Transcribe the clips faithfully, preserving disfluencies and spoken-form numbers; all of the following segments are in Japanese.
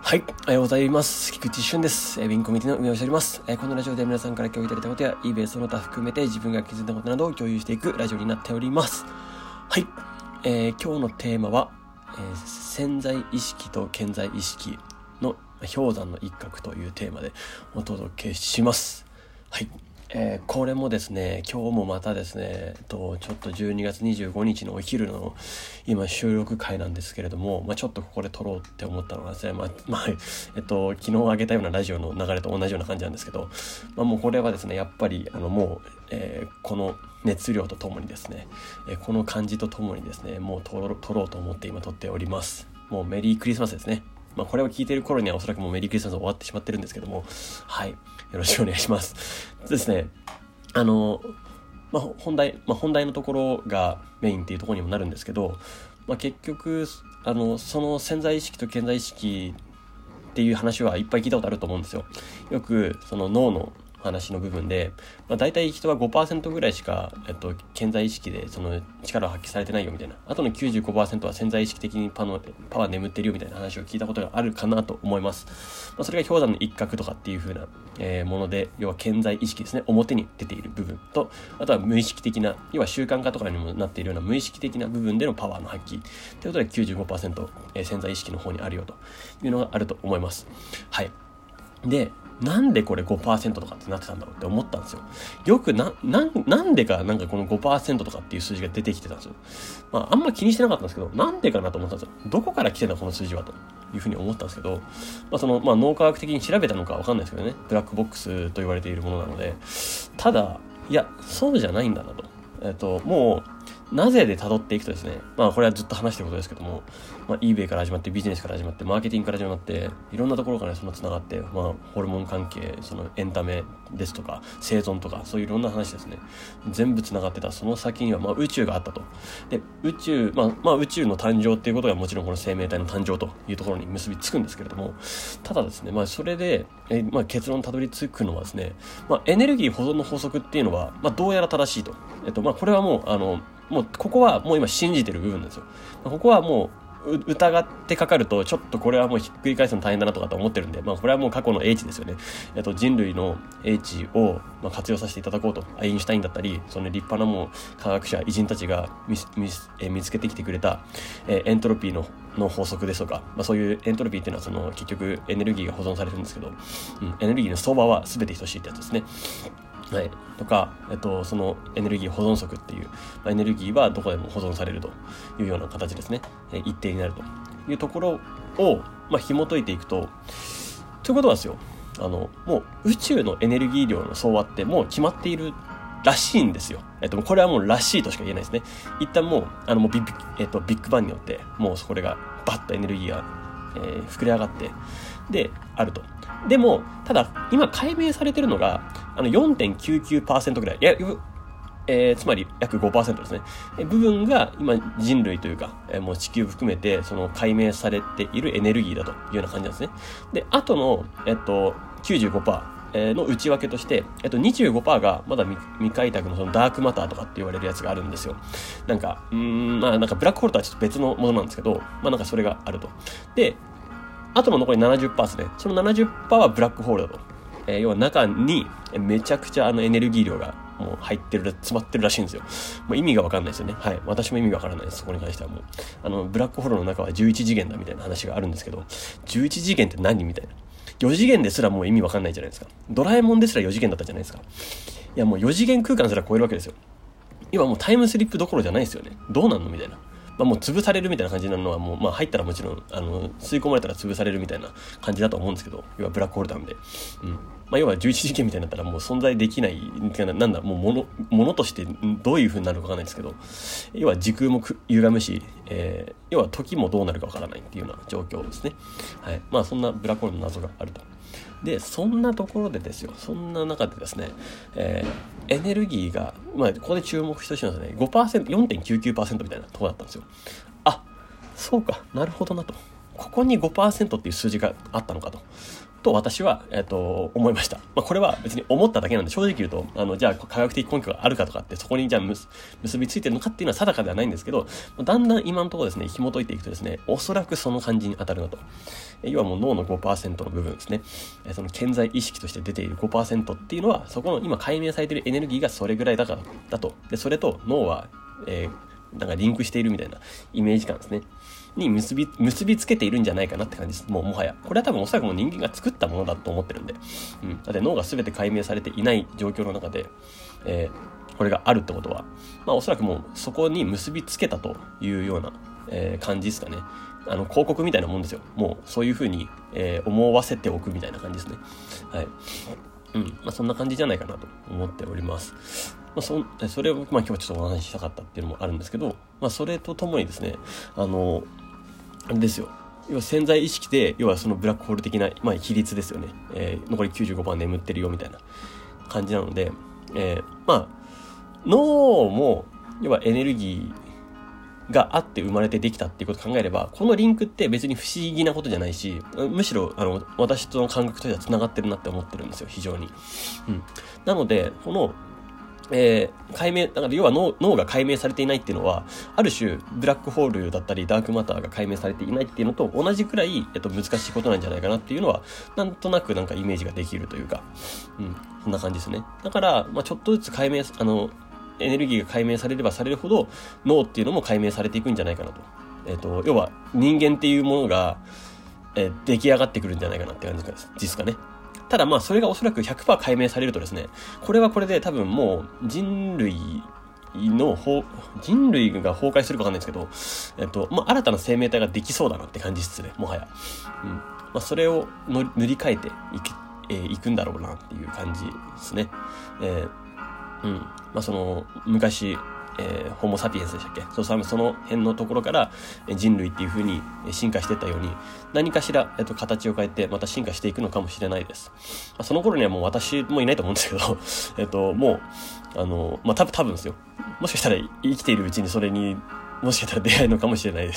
はい、おはようございます。菊池俊です。えー、ウィンコミュニティの運営をしております。えー、このラジオで皆さんから共有いただいたことや eBay その他含めて自分が気づいたことなどを共有していくラジオになっております。はい、えー、今日のテーマは、えー、潜在意識と顕在意識の氷山の一角というテーマでお届けします。はい、えー、これもですね、今日もまたですね、えっと、ちょっとじゅうにがつにじゅうごにちのお昼の今収録回なんですけれども、まあ、ちょっとここで撮ろうって思ったのがですね、まあ、まあ、えっと、昨日上げたようなラジオの流れと同じような感じなんですけど、まあ、もうこれはですね、やっぱり、あの、もう、えー、この熱量とともにですね、えー、この感じとともにですね、もう撮ろう、撮ろうと思って今撮っております。もうメリークリスマスですね。まあ、これを聞いている頃にはおそらくもうメリークリスマス終わってしまってるんですけども、はい、よろしくお願いします。ですね、あの、まあ、本題、まあ、本題のところがメインっていうところにもなるんですけど、まあ、結局あのその潜在意識と顕在意識っていう話はいっぱい聞いたことあると思うんですよ。よくその脳の話の部分で、まあ、大体人は ごパーセント ぐらいしか、えっと、顕在意識でその力を発揮されてないよみたいな、あとの きゅうじゅうごパーセント は潜在意識的にパのパワー眠ってるよみたいな話を聞いたことがあるかなと思います。まあ、それが氷山の一角とかっていう風な、えー、もので、要は顕在意識ですね、表に出ている部分と、あとは無意識的な、要は習慣化とかにもなっているような無意識的な部分でのパワーの発揮ということで きゅうじゅうごパーセント、えー、潜在意識の方にあるよというのがあると思います。はい。で、なんでこれ ごパーセント とかってなってたんだろうって思ったんですよ。よくな、な、なんでかなんかこの ごパーセント とかっていう数字が出てきてたんですよ。まああんま気にしてなかったんですけど、なんでかなと思ったんですよ。どこから来てんだこの数字はというふうに思ったんですけど、まあその、まあ脳科学的に調べたのかわかんないですけどね、ブラックボックスと言われているものなので、ただ、いや、そうじゃないんだなと。えっと、もう、なぜで辿っていくとですね、まあこれはずっと話してることですけども、まあ eBay から始まってビジネスから始まってマーケティングから始まっていろんなところからそのつながって、まあホルモン関係、そのエンタメですとか生存とかそういういろんな話ですね、全部つながってたその先にはまあ宇宙があったと。で、宇宙、まあまあ宇宙の誕生っていうことがもちろんこの生命体の誕生というところに結びつくんですけれども、ただですね、まあそれでえまあ結論たどり着くのはですね、まあエネルギー保存の法則っていうのはまあどうやら正しいと。えっとまあこれはもうあのもうここはもう今信じてる部分なんですよ。ここはもう疑ってかかるとちょっとこれはもうひっくり返すの大変だなとかと思ってるんで、まあこれはもう過去の英知ですよね。えっと人類の英知をまあ活用させていただこうと、アインシュタインだったりその立派なもう科学者偉人たちが見見え見つけてきてくれた、えー、エントロピーのの法則ですとか、まあ、そういうエントロピーっていうのはその結局エネルギーが保存されるんですけど、うん、エネルギーの相場は全て等しいってやつですね。はい、とか、えっと、そのエネルギー保存則っていう、まあ、エネルギーはどこでも保存されるというような形ですね、え一定になるというところを、まあ、紐解いていくと、ということはですよ、あのもう宇宙のエネルギー量の相和ってもう決まっているらしいんですよ。えっと、これはもうらしいとしか言えないですね。一旦もうあのもうビッグ、えっと、ビッグバンによってもうこれがバッとエネルギーが、えー、膨れ上がってであると。でもただ今解明されてるのがあの よんてんきゅうきゅうパーセント ぐらい、いや、えー、つまり約 ごパーセント ですね。え部分が今人類というか、えー、もう地球含めてその解明されているエネルギーだというような感じなんですね。で、あとのえっと きゅうじゅうごパーセントの内訳として、えっと、にじゅうごパーセント がまだ 未, 未開拓のそのダークマターとかって言われるやつがあるんですよ。なんか、うーん、まあなんかブラックホールとはちょっと別のものなんですけど、まあなんかそれがあると。で、あとの残り ななじゅっパーセント ですね。その ななじゅっパーセント はブラックホールだと。えー、要は中にめちゃくちゃあのエネルギー量がもう入ってる、詰まってるらしいんですよ。もう意味がわかんないですよね。はい。私も意味がわからないです。そこに関してはもう。あの、ブラックホールの中はじゅういちじげんだみたいな話があるんですけど、じゅういちじげんって何みたいな。よ次元ですらもう意味わかんないじゃないですか。ドラえもんですらよ次元だったじゃないですか。いやもうよ次元空間すら超えるわけですよ。今もうタイムスリップどころじゃないですよね。どうなんのみたいな。まあ、もう潰されるみたいな感じになるのはもう、まあ入ったらもちろん、あの、吸い込まれたら潰されるみたいな感じだと思うんですけど、要はブラックホールなんで。うん。まあ要はじゅういち次元みたいになったらもう存在できない、なんだ、もうもの、ものとしてどういう風になるのかわかんないですけど、要は時空も歪むし、えー、要は時もどうなるかわからないっていうような状況ですね。はい。まあそんなブラックホールの謎があると。で、そんなところでですよ、そんな中でですね、えー、エネルギーが、まあ、ここで注目してほしいのはですね、ごパーセント、よんてんきゅうきゅうパーセント みたいなところだったんですよ。あ、そうか、なるほどなと。ここに ごパーセント っていう数字があったのかと。 と私は、えっと、思いました。まあ、これは別に思っただけなんで、正直言うと、あの、じゃあ科学的根拠があるかとかって、そこにじゃあ結びついてるのかっていうのは定かではないんですけど、だんだん今のところですね、紐解いていくとですね、おそらくその感じに当たるなと。要はもう脳の ごパーセント の部分ですね。その潜在意識として出ている ごパーセント っていうのは、そこの今解明されているエネルギーがそれぐらいだからだと。で、それと脳は、えー、なんかリンクしているみたいなイメージ感ですね。に結び、結びつけているんじゃないかなって感じです。もうもはや。これは多分おそらくもう人間が作ったものだと思ってるんで。うん。だって脳が全て解明されていない状況の中で、えー、これがあるってことは、まあおそらくもうそこに結びつけたというような、えー、感じですかね。あの、広告みたいなもんですよ。もうそういうふうに、えー、思わせておくみたいな感じですね。はい。うん。まあそんな感じじゃないかなと思っております。まあ、そ, それを、まあ、今日はちょっとお話ししたかったっていうのもあるんですけど、まあそれとともにですね、あの、あれですよ。要は潜在意識で、要はそのブラックホール的な、まあ、比率ですよね。えー、残り きゅうじゅうごパーセント 眠ってるよみたいな感じなので、えー、まあ、脳も、要はエネルギーがあって生まれてできたっていうことを考えれば、このリンクって別に不思議なことじゃないし、むしろ、あの、私との感覚としては繋がってるなって思ってるんですよ、非常に。うん。なので、この、えー、解明、だから要は 脳, 脳が解明されていないっていうのは、ある種、ブラックホールだったり、ダークマターが解明されていないっていうのと同じくらい、えっと、難しいことなんじゃないかなっていうのは、なんとなくなんかイメージができるというか、うん、そんな感じですね。だから、まあちょっとずつ解明、あの、エネルギーが解明されればされるほど、脳っていうのも解明されていくんじゃないかなと。えっと、要は、人間っていうものが、えー、出来上がってくるんじゃないかなって感じですかね。ただまあそれがおそらく ひゃくパーセント 解明されるとですね、これはこれで多分もう人類の人類が崩壊するかわかんないですけど、えっとまあ新たな生命体ができそうだなって感じですね、もはや。うん。まあそれをの塗り替えていく、えー、いくんだろうなっていう感じですね。えー、うん。まあその昔。えー、ホモサピエンスでしたっけ？そう、その辺のところから人類っていう風に進化していったように、何かしら、えっと、形を変えてまた進化していくのかもしれないです。まあ、その頃にはもう私もいないと思うんですけど、えっと、もう、あの、まあ、多分、多分ですよ。もしかしたら生きているうちにそれに、もしかしたら出会えるのかもしれないです。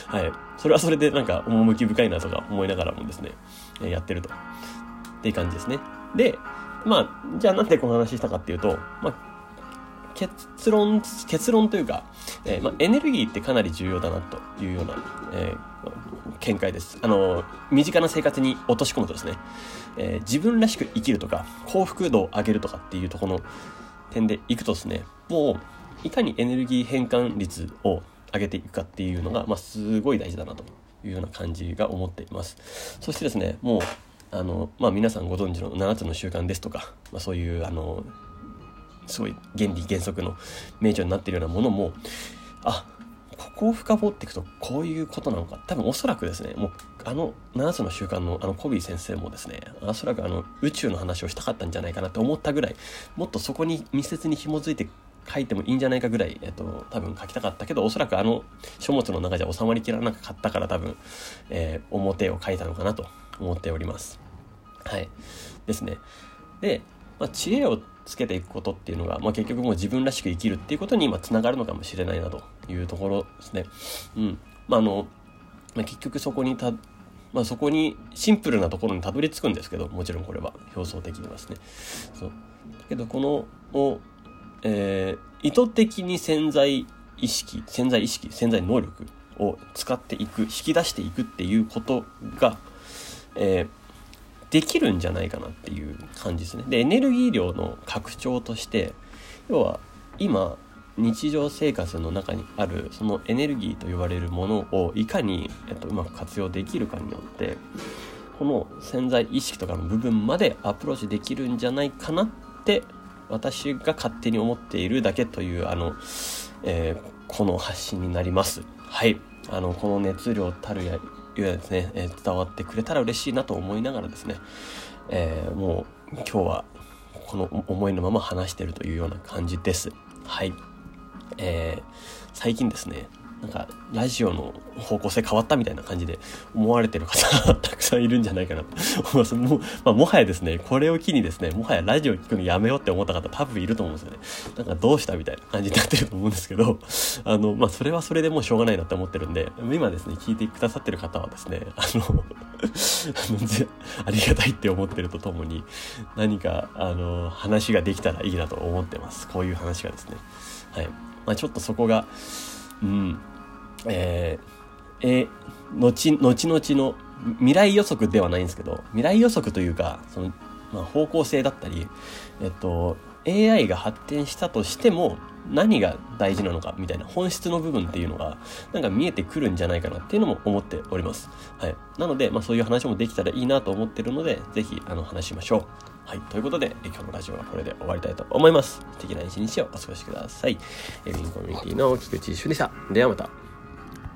はい。それはそれでなんか、趣深いなとか思いながらもですね、やってると。っていう感じですね。で、まあ、じゃあなんでこの話したかっていうと、まあ、結論、結論というか、えーまあ、エネルギーってかなり重要だなというような、えー、見解です。あの、身近な生活に落とし込むとですね、えー、自分らしく生きるとか、幸福度を上げるとかっていうところの点でいくとですね、もう、いかにエネルギー変換率を上げていくかっていうのが、まあ、すごい大事だなというような感じが思っています。そしてですね、もう、あの、まあ、皆さんご存知のななつの習慣ですとか、まあ、そういう、あの、すごい原理原則の名著になっているようなものも、あ、ここを深掘っていくとこういうことなのか。多分おそらくですね、もうあのななつの習慣のあのコビー先生もですね、おそらくあの宇宙の話をしたかったんじゃないかなって思ったぐらい、もっとそこに密接に紐づいて書いてもいいんじゃないかぐらい、えっと、多分書きたかったけど、おそらくあの書物の中じゃ収まりきらなかったから多分、えー、表を書いたのかなと思っております。はい。ですね。で、まあ、知恵をつけていくことっていうのが、まあ、結局もう自分らしく生きるっていうことに今つながるのかもしれないなというところですね。うん。まあ、あの、まあ、結局そこにた、まあ、そこにシンプルなところにたどり着くんですけど、もちろんこれは表層的にはですね。そう。だけどこの、を、えー、意図的に潜在意識、潜在意識、潜在能力を使っていく、引き出していくっていうことが、えーできるんじゃないかなっていう感じですね。で、エネルギー量の拡張として、要は今日常生活の中にあるそのエネルギーと呼ばれるものをいかに、えっと、うまく活用できるかによって、この潜在意識とかの部分までアプローチできるんじゃないかなって私が勝手に思っているだけというあの、えー、この発信になります。はい。あのこの熱量たるやいうですね、えー、伝わってくれたら嬉しいなと思いながらですね、えー、もう今日はこの思いのまま話しているというような感じです。はい、えー、最近ですね、なんかラジオの方向性変わったみたいな感じで思われてる方たくさんいるんじゃないかなと思います。もう、まあ、もはやですね、これを機にですね、もはやラジオ聞くのやめようって思った方多分いると思うんですよね。なんかどうしたみたいな感じになってると思うんですけど、あの、まあ、それはそれでもうしょうがないなって思ってるんで、今ですね、聞いてくださってる方はですね、あの、 ありがたいって思ってるとともに、何かあの話ができたらいいなと思ってます。こういう話がですね。はい。まあちょっとそこが、うん、えー、えー、後、後々の未来予測ではないんですけど、未来予測というか、その、まあ、方向性だったり、えっと、エーアイ が発展したとしても何が大事なのかみたいな本質の部分っていうのがなんか見えてくるんじゃないかなっていうのも思っております。はい。なので、まあそういう話もできたらいいなと思ってるので、ぜひあの話しましょう。はい。ということで、今日のラジオはこれで終わりたいと思います。素敵な一日をお過ごしください。エビンコミュニティの菊池一緒でした。ではまた。